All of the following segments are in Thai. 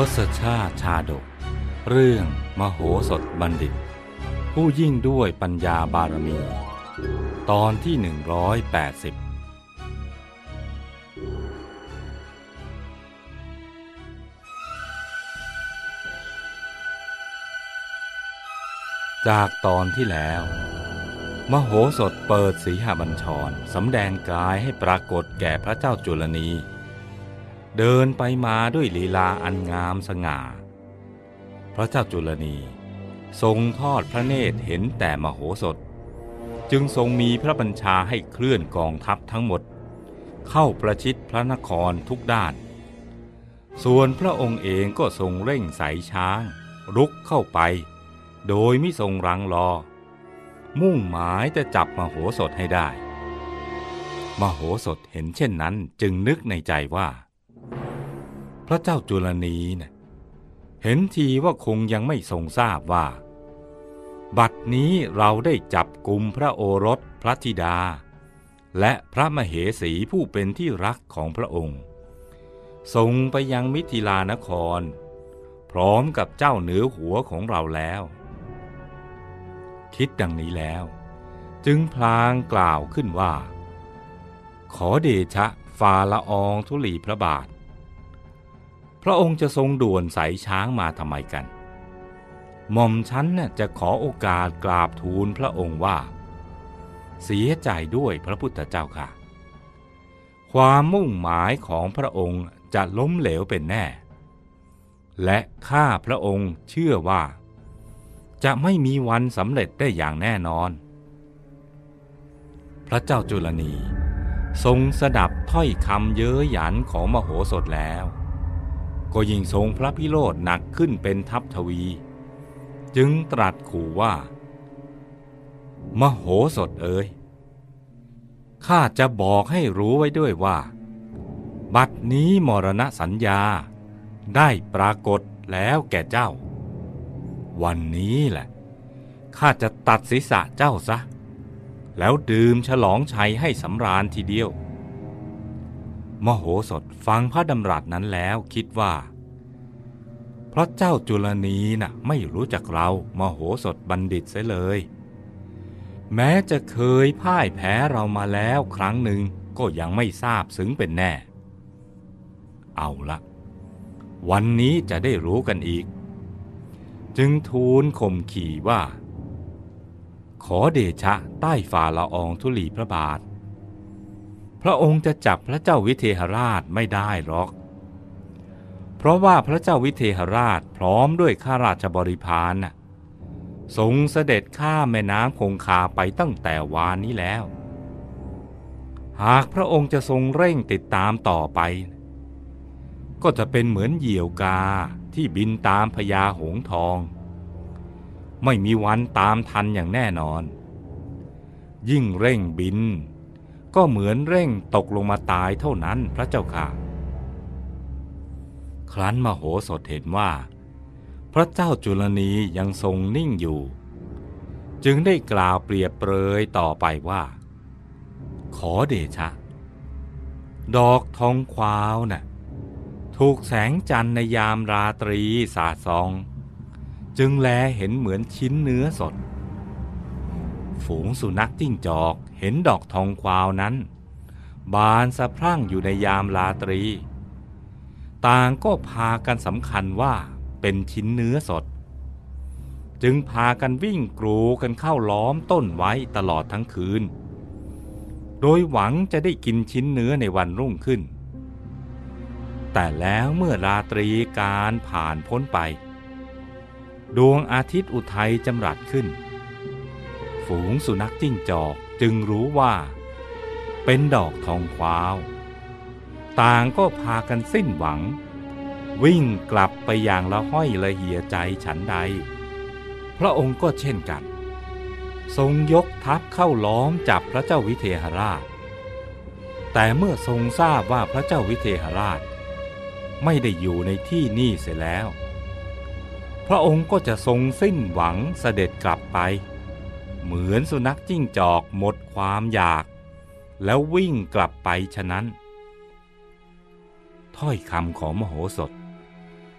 ศชาติชาดกเรื่องมโหสถบัณฑิตผู้ยิ่งด้วยปัญญาบารมีตอนที่180จากตอนที่แล้วมโหสถเปิดสีหบัญชรสำแดงกายให้ปรากฏแก่พระเจ้าจุลนีเดินไปมาด้วยลีลาอันงามสง่าพระเจ้าจุลนีทรงทอดพระเนตรเห็นแต่มโหสถจึงทรงมีพระบัญชาให้เคลื่อนกองทัพทั้งหมดเข้าประชิดพระนครทุกด้านส่วนพระองค์เองก็ทรงเร่งไสช้างรุกเข้าไปโดยมิทรงรังรอมุ่งหมายจะจับมโหสถให้ได้มโหสถเห็นเช่นนั้นจึงนึกในใจว่าพระเจ้าจุลนีเนี่ยเห็นทีว่าคงยังไม่ทรงทราบว่าบัดนี้เราได้จับกุมพระโอรสพระธิดาและพระมเหสีผู้เป็นที่รักของพระองค์ส่งไปยังมิถิลานครพร้อมกับเจ้าเหนือหัวของเราแล้วคิดดังนี้แล้วจึงพลางกล่าวขึ้นว่าขอเดชะฝ่าละอองธุลีพระบาทพระองค์จะทรงด่วนไสช้างมาทำไมกันหม่อมฉันน่ะจะขอโอกาสกราบทูลพระองค์ว่าเสียใจด้วยพระพุทธเจ้าค่ะความมุ่งหมายของพระองค์จะล้มเหลวเป็นแน่และข้าพระองค์เชื่อว่าจะไม่มีวันสำเร็จได้อย่างแน่นอนพระเจ้าจุลนีทรงสดับถ้อยคำเย้ยหยันของมโหสถแล้วก็ยิ่งทรงพระพิโรธหนักขึ้นเป็นทัพทวีจึงตรัสขู่ว่ามโหสถเอ๋ยข้าจะบอกให้รู้ไว้ด้วยว่าบัดนี้มรณสัญญาได้ปรากฏแล้วแก่เจ้าวันนี้แหละข้าจะตัดศีรษะเจ้าซะแล้วดื่มฉลองชัยให้สำราญทีเดียวมโหสถฟังพระดำรัสนั้นแล้วคิดว่าพระเจ้าจุลนีน่ะไม่รู้จักเรามโหสถบัณฑิตเสียเลยแม้จะเคยพ่ายแพ้เรามาแล้วครั้งหนึ่งก็ยังไม่ทราบซึ้งเป็นแน่เอาละวันนี้จะได้รู้กันอีกจึงทูลข่มขี่ว่าขอเดชะใต้ฝ่าละอองธุลีพระบาทพระองค์จะจับพระเจ้าวิเทหราชไม่ได้หรอกเพราะว่าพระเจ้าวิเทหราชพร้อมด้วยข้าราชบริพารน่ะทรงเสด็จข้ามแม่น้ำคงคาไปตั้งแต่วานนี้แล้วหากพระองค์จะทรงเร่งติดตามต่อไปก็จะเป็นเหมือนเหยี่ยวกาที่บินตามพญาหงส์ทองไม่มีวันตามทันอย่างแน่นอนยิ่งเร่งบินก็เหมือนเร่งตกลงมาตายเท่านั้นพระเจ้าค่ะครั้นมโหสถเห็นว่าพระเจ้าจุลนียังทรงนิ่งอยู่จึงได้กล่าวเปรียบเปรยต่อไปว่าขอเดชะดอกทองควาวน่ะถูกแสงจันทร์ในยามราตรีสาดส่องจึงแลเห็นเหมือนชิ้นเนื้อสดฝูงสุนัขจิ้งจอกเห็นดอกทองควาวนั้นบานสะพรั่งอยู่ในยามราตรีต่างก็พากันสำคัญว่าเป็นชิ้นเนื้อสดจึงพากันวิ่งกรูกันเข้าล้อมต้นไว้ตลอดทั้งคืนโดยหวังจะได้กินชิ้นเนื้อในวันรุ่งขึ้นแต่แล้วเมื่อราตรีการผ่านพ้นไปดวงอาทิตย์อุทัยจำรัดขึ้นฝูงสุนัขจิ้งจอกจึงรู้ว่าเป็นดอกทองควาวต่างก็พากันสิ้นหวังวิ่งกลับไปอย่างละห้อยละเหี่ยใจฉันใดพระองค์ก็เช่นกันทรงยกทัพเข้าล้อมจับพระเจ้าวิเทหราชแต่เมื่อทรงทราบว่าพระเจ้าวิเทหราชไม่ได้อยู่ในที่นี่เสียแล้วพระองค์ก็จะทรงสิ้นหวังเสด็จกลับไปเหมือนสุนัขจิ้งจอกหมดความอยากแล้ววิ่งกลับไปฉะนั้นถ้อยคำของมโหสถ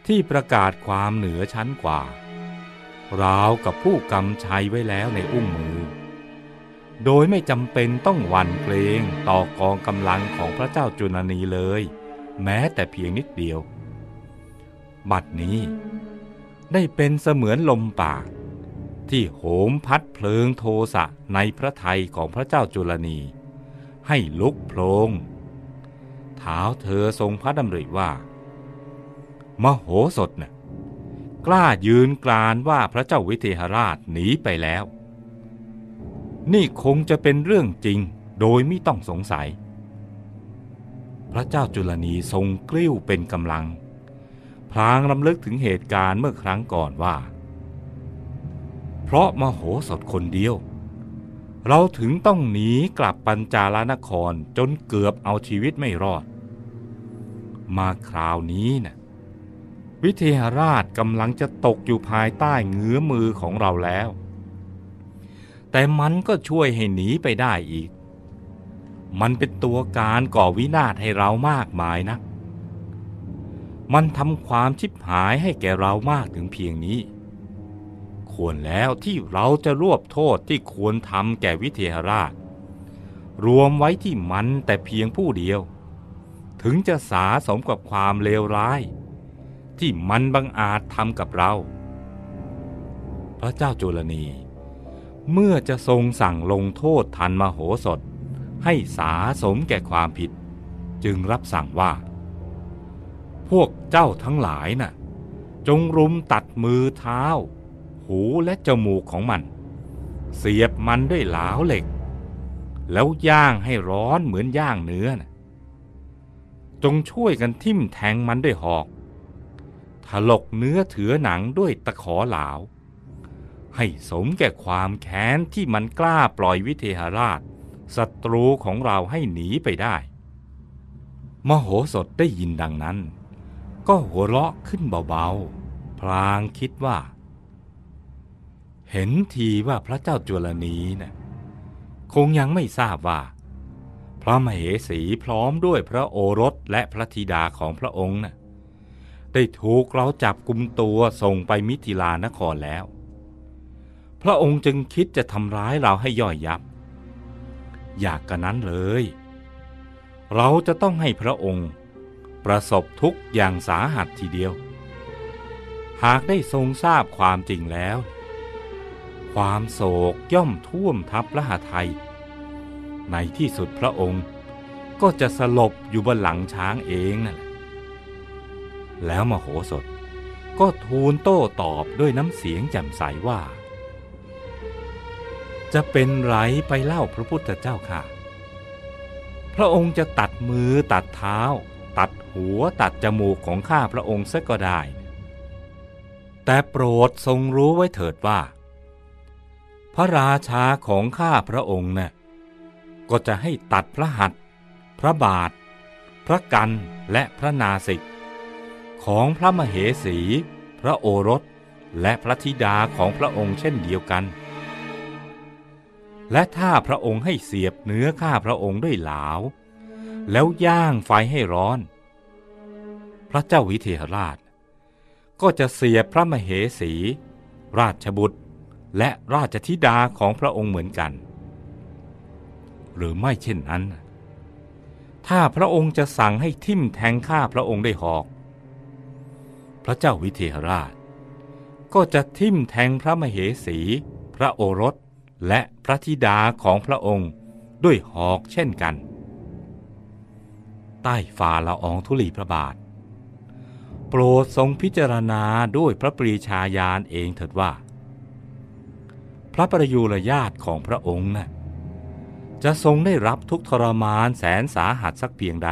ที่ประกาศความเหนือชั้นกว่าราวกับผู้กำชัยไว้แล้วในอุ้งมือโดยไม่จำเป็นต้องหวั่นเกรงต่อกองกำลังของพระเจ้าจุลนีเลยแม้แต่เพียงนิดเดียวบัดนี้ได้เป็นเสมือนลมปากที่โหมพัดเพลิงโทสะในพระทัยของพระเจ้าจุลนีให้ลุกโพลงท้าวเธอทรงพระดำริว่ามโหสถน่ะกล้ายืนกรานว่าพระเจ้าวิเทหราชหนีไปแล้วนี่คงจะเป็นเรื่องจริงโดยไม่ต้องสงสัยพระเจ้าจุลนีทรงกลิ้วเป็นกำลังพลางรำลึกถึงเหตุการณ์เมื่อครั้งก่อนว่าเพราะมโหสถคนเดียวเราถึงต้องหนีกลับปัญจาลนครจนเกือบเอาชีวิตไม่รอดมาคราวนี้นะวิเทหราชกำลังจะตกอยู่ภายใต้เงื้อมือของเราแล้วแต่มันก็ช่วยให้หนีไปได้อีกมันเป็นตัวการก่อวินาศให้เรามากมายนะมันทำความชิบหายให้แก่เรามากถึงเพียงนี้ควรแล้วที่เราจะรวบโทษที่ควรทำแก่วิเทหราชรวมไว้ที่มันแต่เพียงผู้เดียวถึงจะสาสมกับความเลวร้ายที่มันบังอาจทำกับเราพระเจ้าจุลนีเมื่อจะทรงสั่งลงโทษทันมโหสถให้สาสมแก่ความผิดจึงรับสั่งว่าพวกเจ้าทั้งหลายน่ะจงรุมตัดมือเท้าหูและจมูกของมันเสียบมันด้วยหลาวเหล็กแล้วย่างให้ร้อนเหมือนย่างเนื้อน่ะจงช่วยกันทิ่มแทงมันด้วยหอกถลกเนื้อเถือหนังด้วยตะขอหลาวให้สมแก่ความแค้นที่มันกล้าปล่อยวิเทหราชศัตรูของเราให้หนีไปได้มโหสถได้ยินดังนั้นก็หัวเราะขึ้นเบาๆพลางคิดว่าเห็นทีว่าพระเจ้าจุลนีน่ะคงยังไม่ทราบว่าพระมเหสีพร้อมด้วยพระโอรสและพระธิดาของพระองค์น่ะได้ถูกเราจับกุมตัวส่งไปมิถิลานครแล้วพระองค์จึงคิดจะทำร้ายเราให้ย่อยยับอยากกะนั้นเลยเราจะต้องให้พระองค์ประสบทุกข์อย่างสาหัสทีเดียวหากได้ทรงทราบความจริงแล้วความโศกย่อมท่วมทับพระหฤทัยในที่สุดพระองค์ก็จะสลบอยู่บนหลังช้างเองนั่นแหละแล้วมโหสถก็ทูลโต้ตอบด้วยน้ำเสียงแจ่มใสว่าจะเป็นไรไปเล่าพระพุทธเจ้าค่ะพระองค์จะตัดมือตัดเท้าตัดหัวตัดจมูกของข้าพระองค์ซะก็ได้แต่โปรดทรงรู้ไว้เถิดว่าพระราชาของข้าพระองค์น่ะก็จะให้ตัดพระหัตถ์พระบาทพระกันและพระนาสิกของพระมเหสีพระโอรสและพระธิดาของพระองค์เช่นเดียวกันและถ้าพระองค์ให้เสียบเนื้อข้าพระองค์ด้วยหลาวแล้วย่างไฟให้ร้อนพระเจ้าวิเทหราชก็จะเสียบพระมเหสีราชบุตรและราชธิดาของพระองค์เหมือนกันหรือไม่เช่นนั้นถ้าพระองค์จะสั่งให้ทิ่มแทงข้าพระองค์ด้วยหอกพระเจ้าวิเทหราชก็จะทิ่มแทงพระมเหสีพระโอรสและพระธิดาของพระองค์ด้วยหอกเช่นกันใต้ฝ่าละอองธุลีพระบาทโปรดทรงพิจารณาด้วยพระปรีชาญาณเองเถิดว่าพระประยุรญาติของพระองค์น่ะจะทรงได้รับทุกข์ทรมานแสนสาหัสสักเพียงใด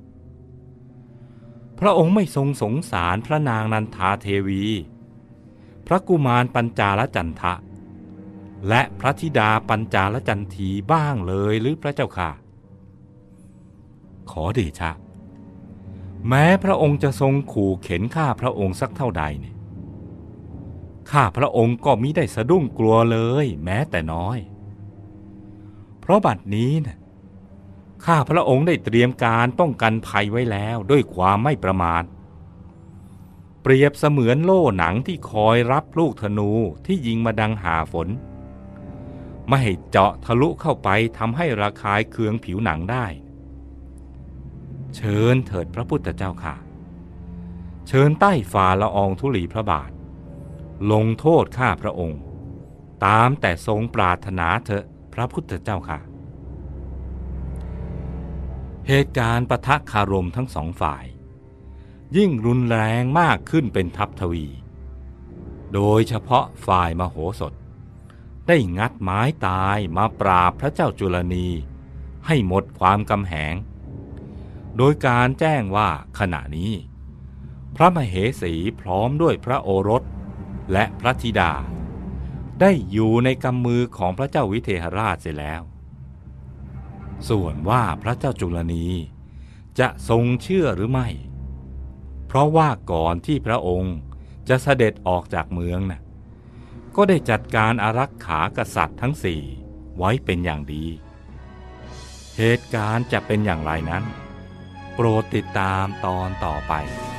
พระองค์ไม่ทรงสงสารพระนางนันทาเทวีพระกุมารปัญจาลจันทะและพระธิดาปัญจาลจันทีบ้างเลยหรือพระเจ้าค่ะขอเดชะแม้พระองค์จะทรงขู่เข็นข้าพระองค์สักเท่าใดเนี่ยข้าพระองค์ก็มิได้สะดุ้งกลัวเลยแม้แต่น้อยเพราะบัดนี้นะข้าพระองค์ได้เตรียมการป้องกันภัยไว้แล้วด้วยความไม่ประมาทเปรียบเสมือนโล่หนังที่คอยรับลูกธนูที่ยิงมาดังหาฝนไม่ให้เจาะทะลุเข้าไปทำให้ระคายเคืองผิวหนังได้เชิญเถิดพระพุทธเจ้าค่ะเชิญใต้ฝ่าละอองธุลีพระบาทลงโทษข้าพระองค์ตามแต่ทรงปรารถนาเถอะพระพุทธเจ้าค่ะเหตุการณ์ปะทะคารมทั้งสองฝ่ายยิ่งรุนแรงมากขึ้นเป็นทัพทวีโดยเฉพาะฝ่ายมโหสถได้งัดไม้ตายมาปราบพระเจ้าจุลนีให้หมดความกำแหงโดยการแจ้งว่าขณะนี้พระมเหสีพร้อมด้วยพระโอรสและพระธิดาได้อยู่ในกำมือของพระเจ้าวิเทหราชเสียแล้วส่วนว่าพระเจ้าจุลนีจะทรงเชื่อหรือไม่เพราะว่าก่อนที่พระองค์จะเสด็จออกจากเมืองก็ได้จัดการอารักขากษัตริย์ทั้งสี่ไว้เป็นอย่างดีเหตุการณ์จะเป็นอย่างไรนั้นโปรดติดตามตอนต่อไป